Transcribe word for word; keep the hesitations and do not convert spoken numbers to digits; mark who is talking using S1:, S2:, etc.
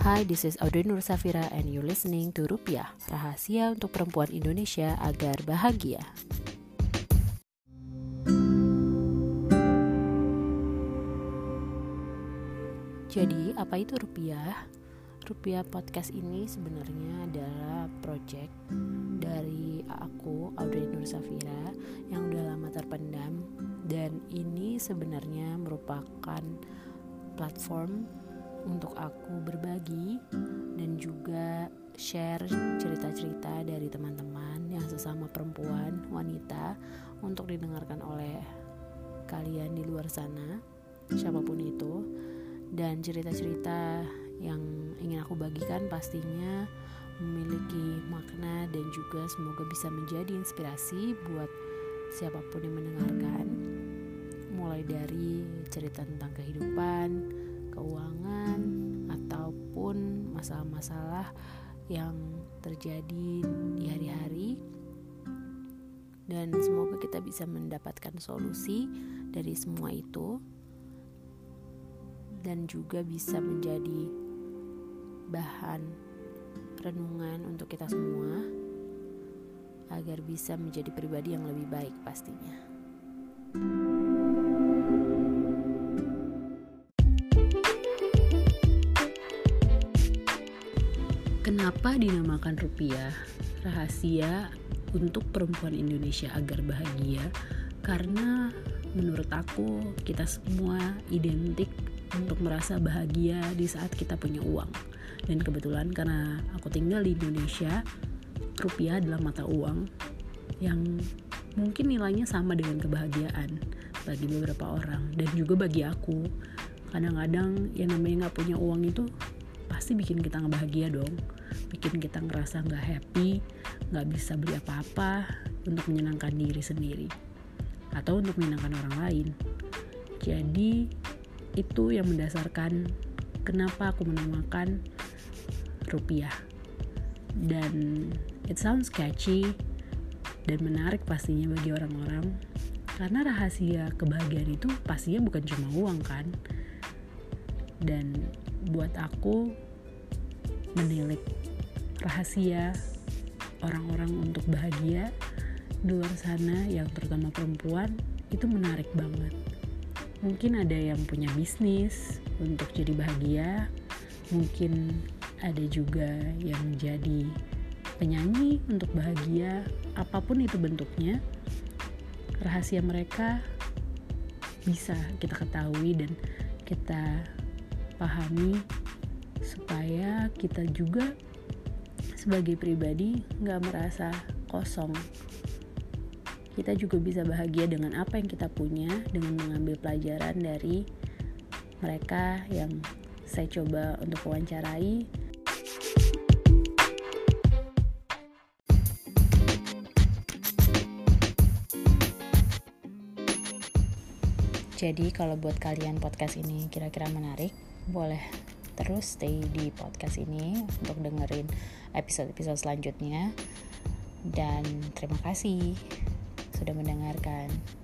S1: Hi, this is Audrey Nur Safira and you're listening to Rupiah, rahasia untuk perempuan Indonesia agar bahagia. Jadi, apa itu Rupiah? Rupiah podcast ini sebenarnya adalah project dari aku, Audrey Nur Safira, yang udah lama terpendam. Dan ini sebenarnya merupakan platform untuk aku berbagi dan juga share cerita-cerita dari teman-teman yang sesama perempuan, wanita, untuk didengarkan oleh kalian di luar sana, siapapun itu. Dan cerita-cerita yang ingin aku bagikan pastinya memiliki makna dan juga semoga bisa menjadi inspirasi buat siapapun yang mendengarkan, mulai dari cerita tentang kehidupan, keuangan, ataupun masalah-masalah yang terjadi di hari-hari. Dan semoga kita bisa mendapatkan solusi dari semua itu dan juga bisa menjadi bahan renungan untuk kita semua agar bisa menjadi pribadi yang lebih baik pastinya. Kenapa dinamakan Rupiah? Rahasia untuk perempuan Indonesia agar bahagia. Karena menurut aku kita semua identik untuk merasa bahagia di saat kita punya uang. Dan kebetulan karena aku tinggal di Indonesia, rupiah adalah mata uang yang mungkin nilainya sama dengan kebahagiaan bagi beberapa orang dan juga bagi aku. Kadang-kadang yang namanya gak punya uang itu pasti bikin kita gak bahagia dong, bikin kita ngerasa gak happy, gak bisa beli apa-apa untuk menyenangkan diri sendiri atau untuk menyenangkan orang lain. Jadi itu yang mendasarkan kenapa aku menamakan Rupiah. Dan it sounds catchy dan menarik pastinya bagi orang-orang, karena rahasia kebahagiaan itu pastinya bukan cuma uang kan. Dan buat aku menilik rahasia orang-orang untuk bahagia di luar sana yang terutama perempuan itu menarik banget. Mungkin ada yang punya bisnis untuk jadi bahagia, mungkin ada juga yang jadi penyanyi untuk bahagia, apapun itu bentuknya. Rahasia mereka bisa kita ketahui dan kita pahami supaya kita juga sebagai pribadi gak merasa kosong. Kita juga bisa bahagia dengan apa yang kita punya, dengan mengambil pelajaran dari mereka yang saya coba untuk wawancarai. Jadi kalau buat kalian podcast ini kira-kira menarik, boleh terus stay di podcast ini untuk dengerin episode-episode selanjutnya. Dan terima kasih sudah mendengarkan.